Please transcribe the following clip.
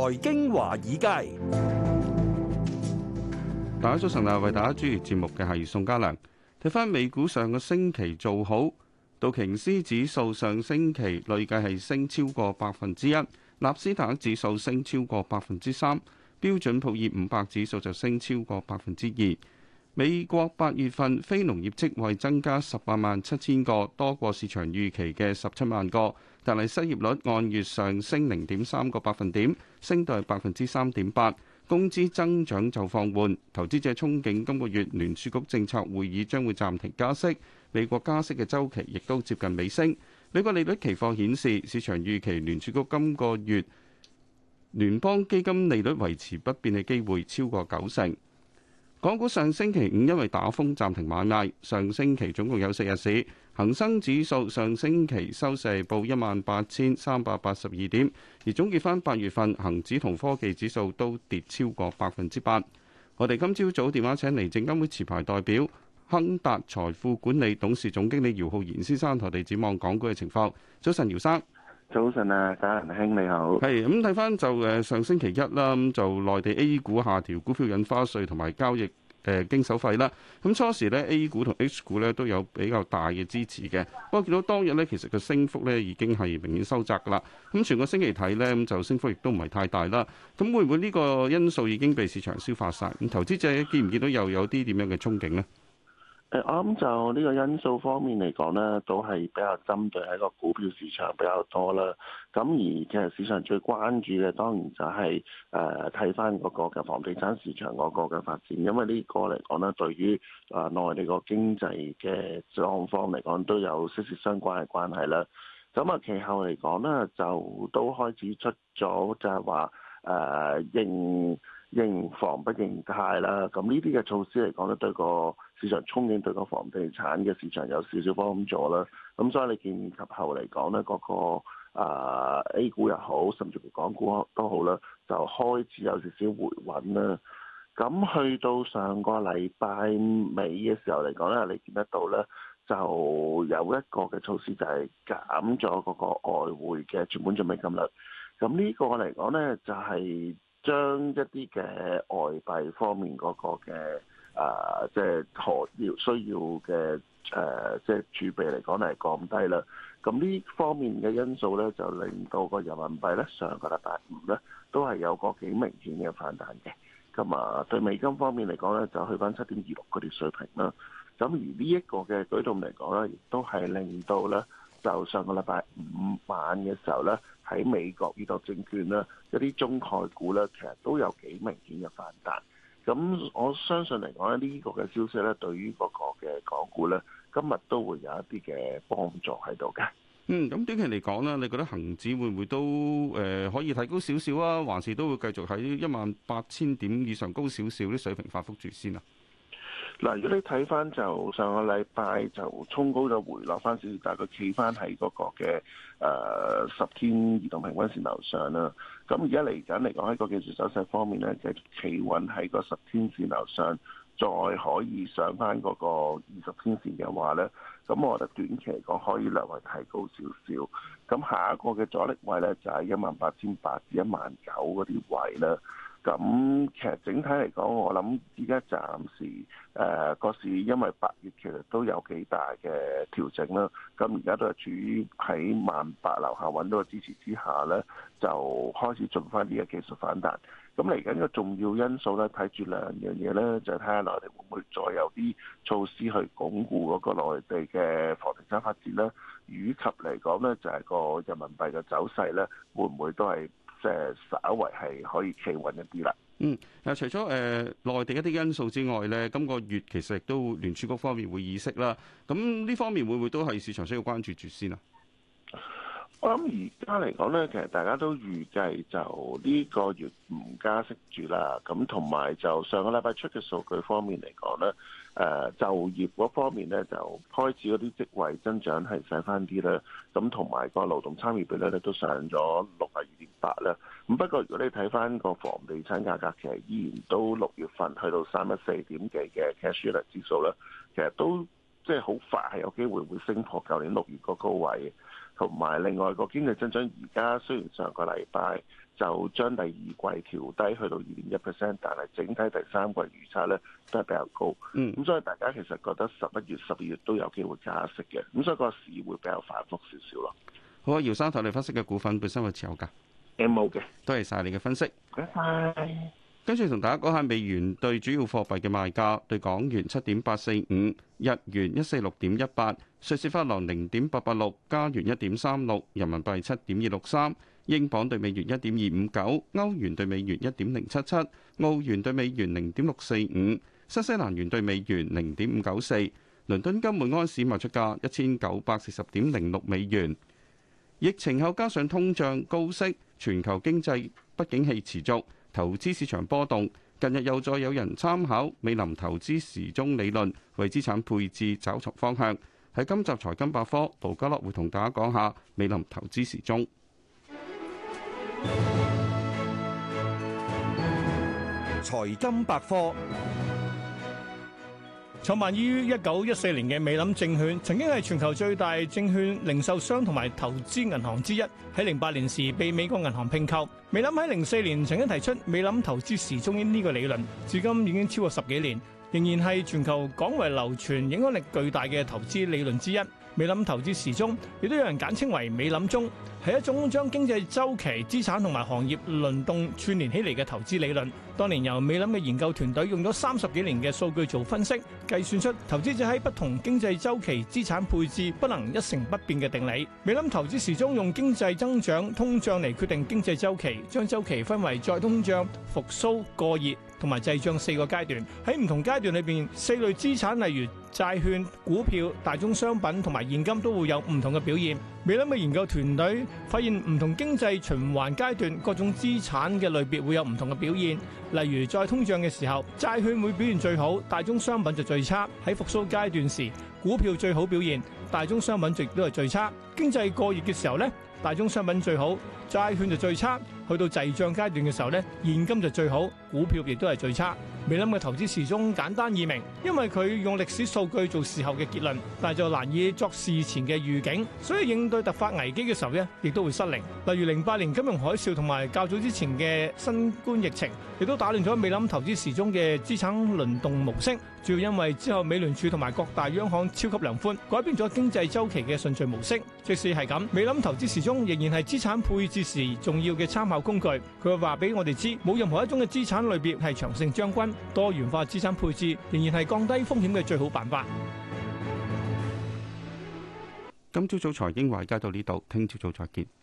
財經華爾街， 大家早晨啊！為大家主持節目嘅係宋家良。睇返美股上個星期做好，道瓊斯指數上星期累計係升超過1%，納斯達克指數升超過3%，標準普爾500指數就升超過2%。美國8月份非農業職位增加187000個，多過市場預期嘅17萬個，但係失業率按月上升0.3個百分點，升到係3.8%。工資增長就放緩，投資者憧憬今個月聯儲局政策會議將會暫停加息，美國加息嘅週期亦都接近尾聲。美國利率期貨顯示，市場預期聯儲局今個月聯邦基金利率維持不變嘅機會超過90%。港股上星期五因為打風暫停買賣，上星期總共有4日市，恒生指數上星期收市報18382點，而總結返8月份恒指同科技指數都跌超過8%。我哋今朝早電話請嚟證監會持牌代表亨達財富管理董事總經理姚浩然先生同我哋展望港股嘅情況。早晨，姚生。 早晨啊，家人兄你好。 係咁睇翻就上星期一啦，咁就內地 A 股下調股票印花稅同埋交易經手費啦。咁初時咧 A 股同 H 股咧都有比較大嘅支持嘅，不過見到當日咧其實個升幅咧已經係明顯收窄噶啦。咁全個星期睇咧咁就升幅亦都唔係太大啦。咁會唔會呢個因素已經被市場消化晒？咁投資者見唔見到又有啲點樣嘅憧憬呢？ 我諗就呢個因素方面嚟講呢，都係比較針對喺個股票市場比較多啦。咁而其實市場最關注嘅當然就係睇翻嗰個嘅房地產市場嗰個嘅發展，因為呢個嚟講呢，對於內地個經濟嘅狀況嚟講都有息息相關嘅關係啦。咁啊，其後嚟講呢，就都開始出咗就係話認房不認貸啦。咁呢啲嘅措施嚟講呢，對個市場憧憬對個房地產嘅市場有少少幫助啦。咁所以你見及後嚟講呢，嗰個A 股又好，甚至乎港股都好啦，就開始有少少回穩啦。咁去到上個禮拜尾嘅時候嚟講呢，你見得到呢，就有一個嘅措施就係減咗嗰個外匯嘅存款準備金率。咁呢個嚟講呢，就係將一啲嘅外幣方面嗰個嘅即係需要嘅即係儲備嚟講係降低啦。咁呢方面嘅因素咧，就令到個人民幣咧上個禮拜五咧都係有個幾明顯嘅反彈嘅。咁啊，對美金方面嚟講咧，就去翻7.26嗰啲水平啦。咁而呢一個嘅舉動嚟講咧，亦都係令到咧，就上個禮拜五晚嘅時候咧，喺美國呢度證券啦，一啲中概股咧，其實都有幾明顯嘅反彈。咁我相信嚟講咧，呢個嘅消息咧，對於嗰個嘅港股咧，今日都會有一啲嘅幫助喺度嘅。 咁短期嚟講咧，你覺得恒指會唔會都可以提高少少啊？還是都會繼續喺18000點以上高少少啲水平反覆住先啊？ 嗱，如果你睇翻就上個禮拜就衝高就回落翻少少，大概企翻喺嗰個嘅10天移動平均線樓上啦。咁而家嚟緊嚟講喺個技術走勢方面咧，繼續企穩喺個10天線樓上，再可以上翻嗰個20天線嘅話咧，咁我覺得短期嚟講可以略為提高少少。咁下一個嘅阻力位咧就係18800至19000嗰啲位啦。咁其實整體嚟講，我諗依家暫時個市因為8月其實都有幾大嘅調整啦，咁而家都係處於喺18000樓下揾到個支持之下咧，就開始進翻呢個技術反彈。咁嚟緊個重要因素咧，睇住兩樣嘢咧，就係睇下內地會唔會再有啲措施去鞏固嗰個內地嘅房地產發展啦，以及嚟講咧就係個人民幣嘅走勢咧，會唔會都係即係稍為係可以企穩一啲啦。 除咗內地一啲因素之外咧，今個月其實亦都聯儲局方面會議息啦。咁呢方面會唔會都係市場需要關注住先啊？ 我諗而家嚟講咧，其實大家都預計就呢個月唔加息住啦。咁同埋就上個禮拜出嘅數據方面嚟講咧，就業嗰方面咧就開始嗰啲職位增長係細翻啲啦。咁同埋個勞動參與比率咧都上咗62.8啦。咁不過如果你睇翻個房地產價格，其實依然都6月份去到314點幾嘅 cash指數啦，其實都即係好快係有機會會升破舊年6月個高位。 同埋另外個經濟增長而家雖然上個禮拜就將第二季調低去到2.1%，但係整體第三季預測咧都係比較高。咁所以大家其實覺得11月、12月都有機會加息嘅，咁所以個市會比較反覆少少咯。 好啊，姚生同你分析嘅股份本身有持有㗎？ 冇嘅， 多謝晒你嘅分析。 拜拜。 跟住同大家講下美元對主要貨幣嘅賣價：對港元7.845，日元146.18，瑞士法郎0.886，加元1.36，人民幣7.263，英鎊對美元1.259，歐元對美元1.077，澳元對美元0.645，新西蘭元對美元0.594。倫敦金每安士賣出價1940.06美元。疫情後加上通脹高息，全球經濟不景氣持續，投資市場波動。近日又再有人參考美林投資時鐘理論，為資產配置找尋方向。喺今集財金百科，盧家樂會同大家講下美林投資時鐘。 財金百科。 創辦於1914年嘅美林證券，曾經係全球最大證券零售商同埋投資銀行之一。喺08年時被美國銀行併購。美林喺04年曾經提出美林投資時鐘呢個理論，至今已經超過10幾年，仍然係全球廣為流傳、影響力巨大嘅投資理論之一。美林投資時鐘亦都有人簡稱為美林鐘，係一種將經濟週期、資產同埋行業輪動串聯起嚟嘅投資理論。當年由美林嘅研究團隊用咗30幾年嘅數據做分析，計算出投資者喺不同經濟週期資產配置不能一成不變嘅定理。美林投資時鐘用經濟增長、通脹嚟決定經濟週期，將週期分為再通脹、復甦、過熱同埋滯脹4個階段。喺唔同階段裏邊，4類資產例如債券、股票、大宗商品同埋現金都會有唔同嘅表現。美林嘅研究團隊發現，唔同經濟循環階段各種資產嘅類別會有唔同嘅表現。例如再通脹嘅時候，債券會表現最好，大宗商品就最差。喺復甦階段時，股票最好表現，大宗商品亦都係最差。經濟過熱嘅時候呢，大宗商品最好，債券就最差。去到滯脹階段嘅時候呢，現金就最好，股票亦都係最差。美林嘅投資時鐘簡單易明，因為佢用歷史數據做事後嘅結論，但係就難以作事前嘅預警，所以應對突發危機嘅時候呢，亦都會失靈。例如08年金融海嘯同埋較早之前嘅新冠疫情，亦都打亂咗美林投資時鐘嘅資產輪動模式。主要因為之後美聯儲同埋各大央行超級量寬，改變咗經濟週期嘅順序模式。即使係咁，美林投資時鐘仍然係資產配置時重要嘅參考工具。佢會話俾我哋知，冇任何一種嘅資產類別係長勝將軍，多元化資產配置仍然係降低風險嘅最好辦法。 今朝早財經華爾街到呢度，聽朝早再見。